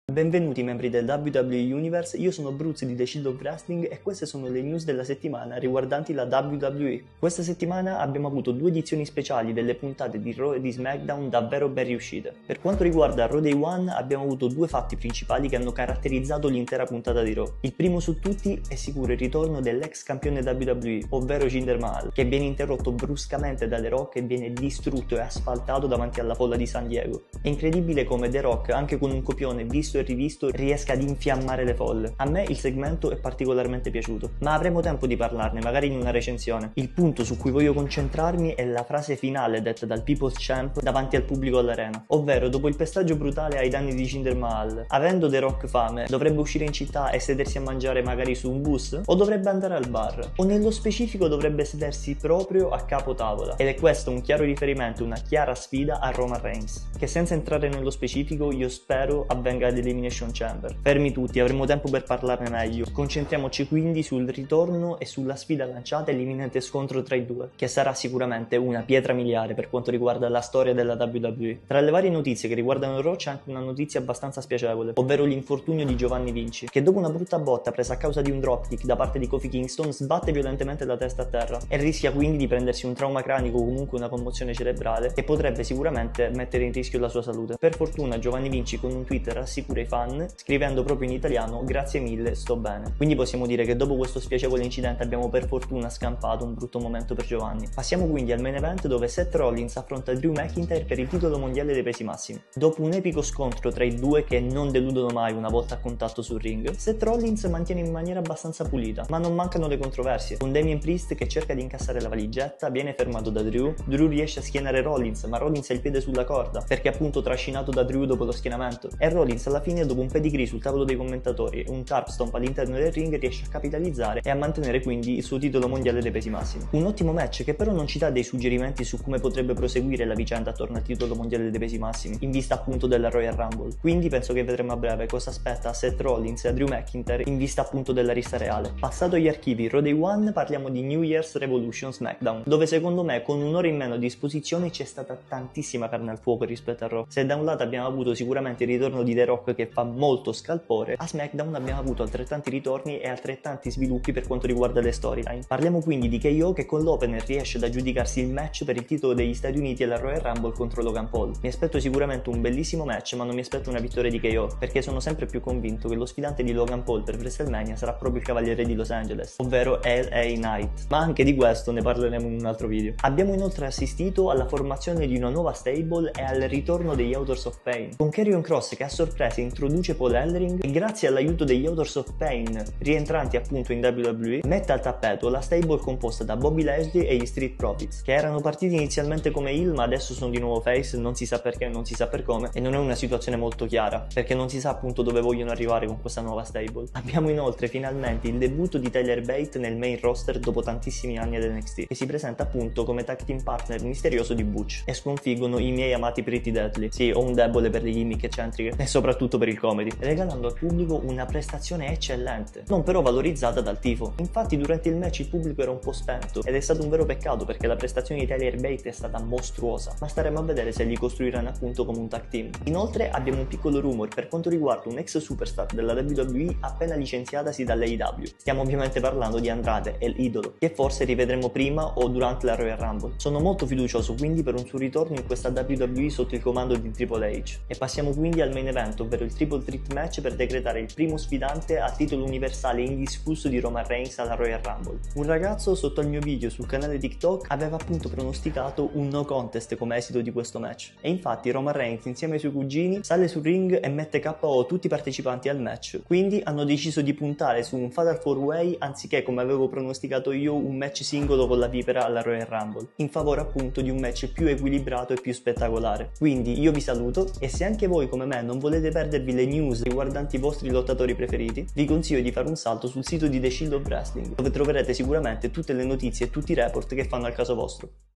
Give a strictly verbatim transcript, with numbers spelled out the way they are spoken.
Benvenuti membri del W W E Universe, io sono Bruce di The Shield of Wrestling e queste sono le news della settimana riguardanti la W W E. Questa settimana abbiamo avuto due edizioni speciali delle puntate di Raw e di SmackDown davvero ben riuscite. Per quanto riguarda Raw Day One abbiamo avuto due fatti principali che hanno caratterizzato l'intera puntata di Raw. Il primo su tutti è sicuro il ritorno dell'ex campione W W E, ovvero Jinder Mahal, che viene interrotto bruscamente da The Rock e viene distrutto e asfaltato davanti alla folla di San Diego. È incredibile come The Rock, anche con un copione visto e rivisto, riesca ad infiammare le folle. A me il segmento è particolarmente piaciuto, ma avremo tempo di parlarne, magari in una recensione. Il punto su cui voglio concentrarmi è la frase finale detta dal People's Champ davanti al pubblico all'arena, ovvero dopo il pestaggio brutale ai danni di Jinder Mahal, avendo The Rock fame, dovrebbe uscire in città e sedersi a mangiare magari su un bus? O dovrebbe andare al bar? O nello specifico dovrebbe sedersi proprio a capo tavola? Ed è questo un chiaro riferimento, una chiara sfida a Roman Reigns, che senza entrare nello specifico io spero avvenga ad Elimination Chamber. Fermi tutti, avremo tempo per parlarne meglio. Concentriamoci quindi sul ritorno e sulla sfida lanciata e l'imminente scontro tra i due, che sarà sicuramente una pietra miliare per quanto riguarda la storia della W W E. Tra le varie notizie che riguardano Raw c'è anche una notizia abbastanza spiacevole, ovvero l'infortunio di Giovanni Vinci, che dopo una brutta botta presa a causa di un dropkick da parte di Kofi Kingston sbatte violentemente la testa a terra e rischia quindi di prendersi un trauma cranico o comunque una commozione cerebrale che potrebbe sicuramente mettere in rischio la sua salute. Per fortuna Giovanni Vinci con un tweet rassicura i fan scrivendo proprio in italiano: grazie mille, sto bene. Quindi possiamo dire che dopo questo spiacevole incidente abbiamo per fortuna scampato un brutto momento per Giovanni. Passiamo quindi al main event, dove Seth Rollins affronta Drew McIntyre per il titolo mondiale dei pesi massimi. Dopo un epico scontro tra i due che non deludono mai una volta a contatto sul ring, Seth Rollins mantiene in maniera abbastanza pulita, ma non mancano le controversie, con Damien Priest che cerca di incassare la valigetta, viene fermato da Drew, Drew riesce a schienare Rollins, ma Rollins ha il piede sulla corda perché è appunto trascinato da Drew dopo lo schienamento, e Rollins alla fine, dopo un pedigree sul tavolo dei commentatori e un carp stomp all'interno del ring, riesce a capitalizzare e a mantenere quindi il suo titolo mondiale dei pesi massimi. Un ottimo match che però non ci dà dei suggerimenti su come potrebbe proseguire la vicenda attorno al titolo mondiale dei pesi massimi, in vista appunto della Royal Rumble. Quindi penso che vedremo a breve cosa aspetta a Seth Rollins e a Drew McIntyre in vista appunto della rissa reale. Passato gli archivi Raw Day One, parliamo di New Year's Revolution SmackDown, dove secondo me con un'ora in meno a disposizione c'è stata tantissima carne al fuoco rispetto a Raw. Se da un lato abbiamo avuto sicuramente il ritorno di The Rock che fa molto scalpore, a SmackDown abbiamo avuto altrettanti ritorni e altrettanti sviluppi per quanto riguarda le storyline. Parliamo quindi di K O che con l'opener riesce ad aggiudicarsi il match per il titolo degli Stati Uniti alla Royal Rumble contro Logan Paul. Mi aspetto sicuramente un bellissimo match, ma non mi aspetto una vittoria di K O, perché sono sempre più convinto che lo sfidante di Logan Paul per WrestleMania sarà proprio il Cavaliere di Los Angeles, ovvero L A Knight. Ma anche di questo ne parleremo in un altro video. Abbiamo inoltre assistito alla formazione di una nuova stable e al ritorno degli Authors of Pain, con Karrion Kross che a sorpresa introduce Paul Ellering e grazie all'aiuto degli Authors of Pain, rientranti appunto in W W E, mette al tappeto la stable composta da Bobby Lashley e gli Street Profits, che erano partiti inizialmente come heel ma adesso sono di nuovo face, non si sa perché, non si sa per come, e non è una situazione molto chiara, perché non si sa appunto dove vogliono arrivare con questa nuova stable. Abbiamo inoltre finalmente il debutto di Tyler Bate nel main roster dopo tantissimi anni ad N X T, che si presenta appunto come tag team partner misterioso di Butch, e sconfiggono i miei amati Pretty Deadly. Sì, ho un debole per le gimmick eccentriche e soprattutto per il comedy, regalando al pubblico una prestazione eccellente, non però valorizzata dal tifo. Infatti durante il match il pubblico era un po' spento ed è stato un vero peccato perché la prestazione di Tyler Bate è stata mostruosa, ma staremo a vedere se li costruiranno appunto come un tag team. Inoltre abbiamo un piccolo rumor per quanto riguarda un ex superstar della W W E appena licenziatasi dall'A E W. Stiamo ovviamente parlando di Andrade, El Idolo, che forse rivedremo prima o durante la Royal Rumble. Sono molto fiducioso quindi per un suo ritorno in questa W W E sotto il comando di Triple H. E passiamo quindi al main event, ovvero il Triple Threat match per decretare il primo sfidante a titolo universale indiscusso di Roman Reigns alla Royal Rumble. Un ragazzo sotto al mio video sul canale TikTok aveva appunto pronosticato un no contest come esito di questo match, e infatti Roman Reigns insieme ai suoi cugini sale sul ring e mette K O tutti i partecipanti al match, quindi hanno deciso di puntare su un Fatal four way anziché, come avevo pronosticato io, un match singolo con la Vipera alla Royal Rumble, in favore appunto di un match più equilibrato e più spettacolare. Quindi io vi saluto, e se anche voi come me non volete perdervi le news riguardanti i vostri lottatori preferiti, vi consiglio di fare un salto sul sito di The Shield of Wrestling, dove troverete sicuramente tutte le notizie e tutti i report che fanno al caso vostro.